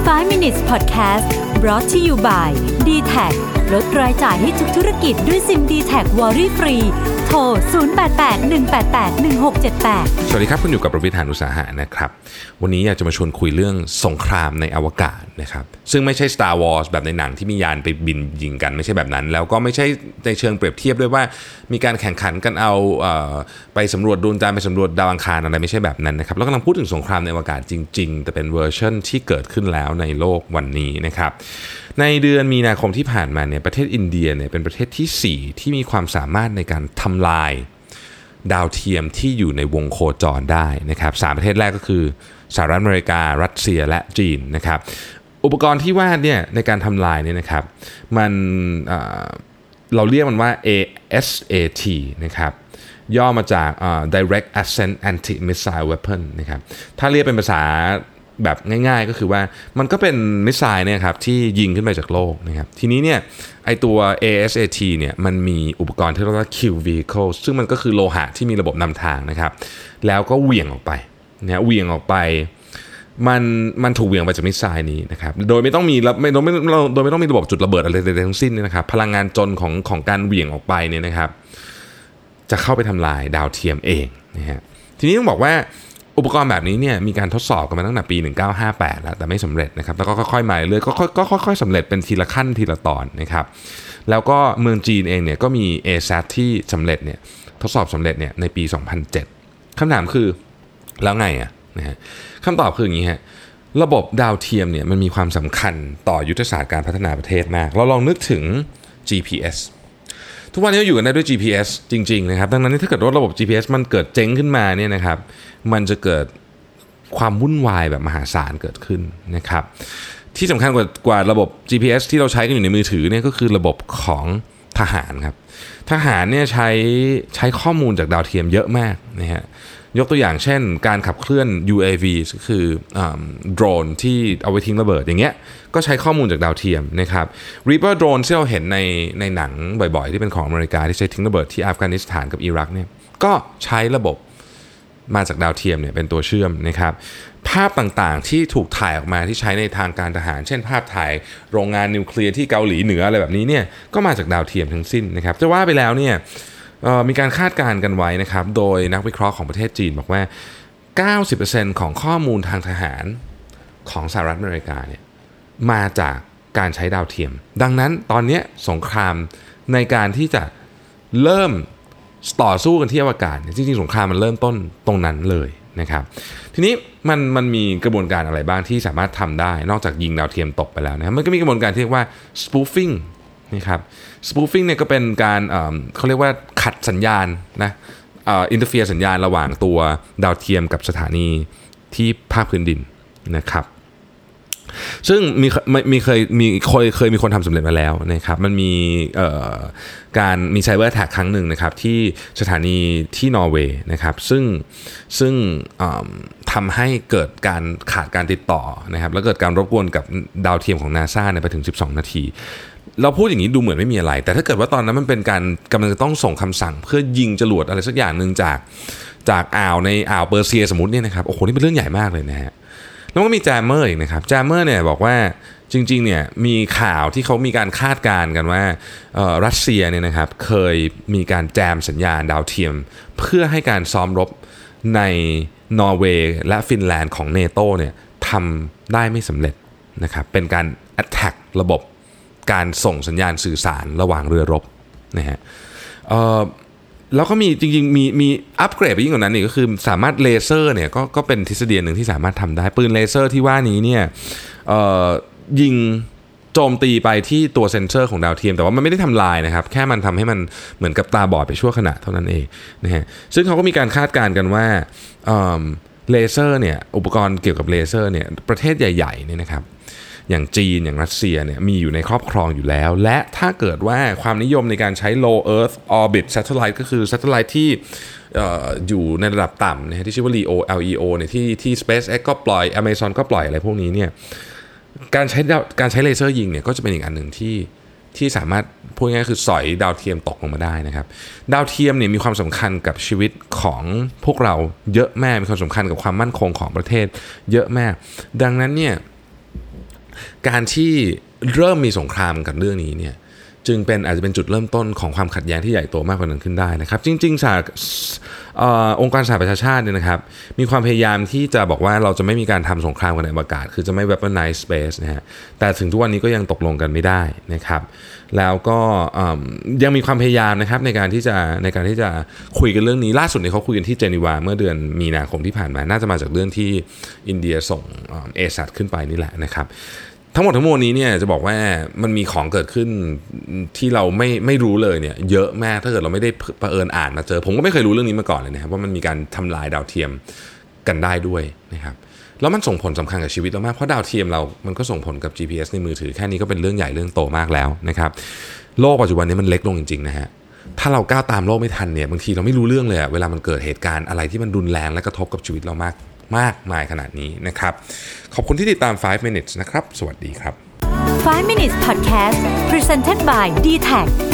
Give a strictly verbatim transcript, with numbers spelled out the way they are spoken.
five minutes podcast brought to you by ดี แท็ก ลดรายจ่ายให้ทุกธุรกิจด้วยซิม ดี แท็ก Worry Free โทรศูนย์ แปด แปด หนึ่ง แปด แปด หนึ่ง หก เจ็ด แปดสวัสดีครับคุณอยู่กับประวิทย์ หาญอุตสาหะนะครับวันนี้อยากจะมาชวนคุยเรื่องสงครามในอวกาศนะครับซึ่งไม่ใช่ Star Wars แบบในหนังที่มียานไปบินยิงกันไม่ใช่แบบนั้นแล้วก็ไม่ใช่ในเชิงเปรียบเทียบด้วยว่ามีการแข่งขันกันเอาเอ่อไปสำรวจดวงจันทร์ไปสำรวจดาวอังคารอะไรไม่ใช่แบบนั้นนะครับแล้วกำลังพูดถึงสงครามในอวกาศจริงๆแต่เป็นเวอร์ชันที่เกิดขึ้นแล้วในโลกวันนี้นะครับในเดือนมีนาคมที่ผ่านมาเนี่ยประเทศอินเดียเนี่ยเป็นประเทศที่สี่ที่มีความสามารถในการทำลายดาวเทียมที่อยู่ในวงโคจรได้นะครับสามประเทศแรกก็คือสหรัฐอเมริการัสเซียและจีนนะครับอุปกรณ์ที่ว่าเนี่ยในการทำลายเนี่ยนะครับมันเอ่อเราเรียกมันว่า เอ เอส เอ ที นะครับย่อมาจาก Direct Ascent Anti-Missile Weapon นะครับถ้าเรียกเป็นภาษาแบบง่ายๆก็คือว่ามันก็เป็นมิสไซล์เนี่ยครับที่ยิงขึ้นไปจากโลกนะครับทีนี้เนี่ยไอตัว เอ เอส เอ ที เนี่ยมันมีอุปกรณ์ที่เรียกว่า Q Vehicle ซึ่งมันก็คือโลหะที่มีระบบนำทางนะครับแล้วก็เหวี่ยงออกไปนะเหวี่ยงออกไปมันมันถูกเหวี่ยงไปจากมิสไซล์นี้นะครับโดยไม่ต้องมีไม่โดยไม่โดยไม่ต้องมีระบบจุดระเบิดอะไรใดๆทั้งสิ้นนะครับพลังงานจนของของการเหวี่ยงออกไปเนี่ยนะครับจะเข้าไปทำลายดาวเทียมเองนะฮะทีนี้ต้องบอกว่าอุปกรณ์แบบนี้เนี่ยมีการทดสอบกันมาตั้งแต่ปีหนึ่งพันเก้าร้อยห้าสิบแปดแล้วแต่ไม่สำเร็จนะครับแล้วก็ค่อยๆมาเรื่อยๆก็ค่อยๆค่อยๆสำเร็จเป็นทีละขั้นทีละตอนนะครับแล้วก็เมืองจีนเองเนี่ยก็มี เอ แซท ที่สำเร็จเนี่ยทดสอบสำเร็จเนี่ยในปีสองพันเจ็ดคำถามคือแล้วไงอ่ะนะฮะคำตอบคืออย่างนี้ฮะระบบดาวเทียมเนี่ยมันมีความสำคัญต่อยุทธศาสตร์การพัฒนาประเทศมากเราลองนึกถึง จี พี เอส ทุกวันนี้เราอยู่กันได้ด้วย จี พี เอส จริงๆนะครับดังนั้นถ้าเกิดว่าระบบ จี พี เอส มันเกิดเจ๊งขึ้นมาเนี่ยนะครับมันจะเกิดความวุ่นวายแบบมหาศาลเกิดขึ้นนะครับที่สำคัญกว่ากว่าระบบ จี พี เอส ที่เราใช้กันอยู่ในมือถือเนี่ยก็คือระบบของทหารครับทหารเนี่ยใช้ใช้ข้อมูลจากดาวเทียมเยอะมากนะฮะยกตัวอย่างเช่นการขับเคลื่อน ยู เอ วี ก็คือโดรนที่เอาไว้ทิ้งระเบิดอย่างเงี้ยก็ใช้ข้อมูลจากดาวเทียมนะครับ Reaper Drone ที่เราเห็นในในหนังบ่อยๆที่เป็นของอเมริกาที่ใช้ทิ้งระเบิดที่อัฟกานิสถานกับอิรักเนี่ยก็ใช้ระบบมาจากดาวเทียมเนี่ยเป็นตัวเชื่อมนะครับภาพต่างๆที่ถูกถ่ายออกมาที่ใช้ในทางการทหารเช่นภาพถ่ายโรงงานนิวเคลียร์ที่เกาหลีเหนืออะไรแบบนี้เนี่ยก็มาจากดาวเทียมทั้งสิ้นนะครับจะว่าไปแล้วเนี่ยมีการคาดการณ์กันไว้นะครับโดยนักวิเคราะห์ของประเทศจีนบอกว่า เก้าสิบเปอร์เซ็นต์ ของข้อมูลทางทหารของสหรัฐอเมริกาเนี่ยมาจากการใช้ดาวเทียมดังนั้นตอนนี้สงครามในการที่จะเริ่มต่อสู้กันที่อวกาศจริงๆสงครามมันเริ่มต้นตรงนั้นเลยนะครับทีนี้มันมันมีกระบวนการอะไรบ้างที่สามารถทำได้นอกจากยิงดาวเทียมตกไปแล้วนะครับมันก็มีกระบวนการที่เรียกว่า spoofing นะครับ spoofing เนี่ยก็เป็นการเอ่อเขาเรียกว่าขัดสัญญาณนะเอ่ออินเตอร์เฟียร์สัญญาณระหว่างตัวดาวเทียมกับสถานีที่ภาคพื้นดินนะครับซึ่งมีมีเคยมีเคยเคยมีคนทำสำเร็จมาแล้วนะครับมันมีการมีไซเบอร์แท็กครั้งหนึ่งนะครับที่สถานีที่นอร์เวย์นะครับซึ่งซึ่งทำให้เกิดการขาดการติดต่อนะครับแล้วเกิดการรบกวนกับดาวเทียมของ NASA เนี่ยไปถึงสิบสองนาทีเราพูดอย่างนี้ดูเหมือนไม่มีอะไรแต่ถ้าเกิดว่าตอนนั้นมันเป็นการกำลังจะต้องส่งคำสั่งเพื่อยิงจรวดอะไรสักอย่างนึงจากจากอ่าวในอ่าวเปอร์เซียสมมุติเนี่ยนะครับโอ้โหนี่เป็นเรื่องใหญ่มากเลยนะฮะแล้วก็มีแจมเมอร์อีกนะครับแจมเมอร์เนี่ยบอกว่าจริงๆเนี่ยมีข่าวที่เขามีการคาดการณ์กันว่ารัสเซียเนี่ยนะครับเคยมีการแจมสัญญาณดาวเทียมเพื่อให้การซ้อมรบในนอร์เวย์และฟินแลนด์ของเนโตเนี่ยทำได้ไม่สำเร็จนะครับเป็นการ attack ระบบการส่งสัญญาณสื่อสารระหว่างเรือรบนะฮะแล้วก็มีจริงๆมีมีอัปเกรดไปยิ่งกว่านั้นอีกก็คือสามารถเลเซอร์เนี่ยก็ก็เป็นทฤษฎีหนึ่งที่สามารถทำได้ปืนเลเซอร์ที่ว่านี้เนี่ยยิงโจมตีไปที่ตัวเซ็นเซอร์ของดาวเทียมแต่ว่ามันไม่ได้ทำลายนะครับแค่มันทำให้มันเหมือนกับตาบอดไปชั่วขณะเท่านั้นเองนะฮะซึ่งเขาก็มีการคาดการณ์กันว่าเลเซอร์เนี่ยอุปกรณ์เกี่ยวกับเลเซอร์เนี่ยประเทศใหญ่ๆเนี่ยนะครับอย่างจีนอย่างรัสเซียเนี่ยมีอยู่ในครอบครองอยู่แล้วและถ้าเกิดว่าความนิยมในการใช้ low earth orbit satellite ก็คือ satellite ที่ อ, อยู่ในระดับต่ำนะที่ชื่อว่า LEO แอล อี โอ เนี่ยที่ที่ SpaceX ก็ปล่อย Amazon ก็ปล่อยอะไรพวกนี้เนี่ยการใช้การใช้เลเซอร์ยิงเนี่ยก็จะเป็นอีกอันหนึ่งที่ที่สามารถพูดง่ายๆคือสอยดาวเทียมตกลงมาได้นะครับดาวเทียมเนี่ยมีความสำคัญกับชีวิตของพวกเราเยอะมากมีความสำคัญกับความมั่นคงของประเทศเยอะมากดังนั้นเนี่ยการที่เริ่มมีสงครามกันเรื่องนี้เนี่ยจึงเป็นอาจจะเป็นจุดเริ่มต้นของความขัดแย้งที่ใหญ่โตมากกว่านั้นขึ้นได้นะครับจริงๆสหเอ่อองค์การสหประชาชาติเนี่ยนะครับมีความพยายามที่จะบอกว่าเราจะไม่มีการทำสงครามกันในอวกาศคือจะไม่ weaponize space นะฮะแต่ถึงทุกวันนี้ก็ยังตกลงกันไม่ได้นะครับแล้วก็ยังมีความพยายามนะครับในการที่จะในการที่จะคุยกันเรื่องนี้ล่าสุดเนี่ยเขาคุยกันที่เจนีวาเมื่อเดือนมีนาคมที่ผ่านมาน่าจะมาจากเรื่องที่อินเดียส่งเอซัตขึ้นไปนี่แหละนะครับทั้งหมดทั้งมวลนี้เนี่ยจะบอกว่ามันมีของเกิดขึ้นที่เราไม่ไม่รู้เลยเนี่ยเยอะมากถ้าเกิดเราไม่ได้เผอิญอ่านมาเจอผมก็ไม่เคยรู้เรื่องนี้มาก่อนเลยนะครับว่ามันมีการทำลายดาวเทียมกันได้ด้วยนะครับแล้วมันส่งผลสำคัญกับชีวิตเรามากเพราะดาวเทียมเรามันก็ส่งผลกับ จี พี เอส ในมือถือแค่นี้ก็เป็นเรื่องใหญ่เรื่องโตมากแล้วนะครับโลกปัจจุบันนี้มันเล็กลงจริงๆนะฮะถ้าเราก้าวตามโลกไม่ทันเนี่ยบางทีเราไม่รู้เรื่องเลยเวลามันเกิดเหตุการณ์อะไรที่มันรุนแรงและกระทบกับชีวิตเรามากมากมายขนาดนี้นะครับขอบคุณที่ติดตามไฟว์ minutes นะครับสวัสดีครับไฟว์ minutes podcast presented by ดี แท็ก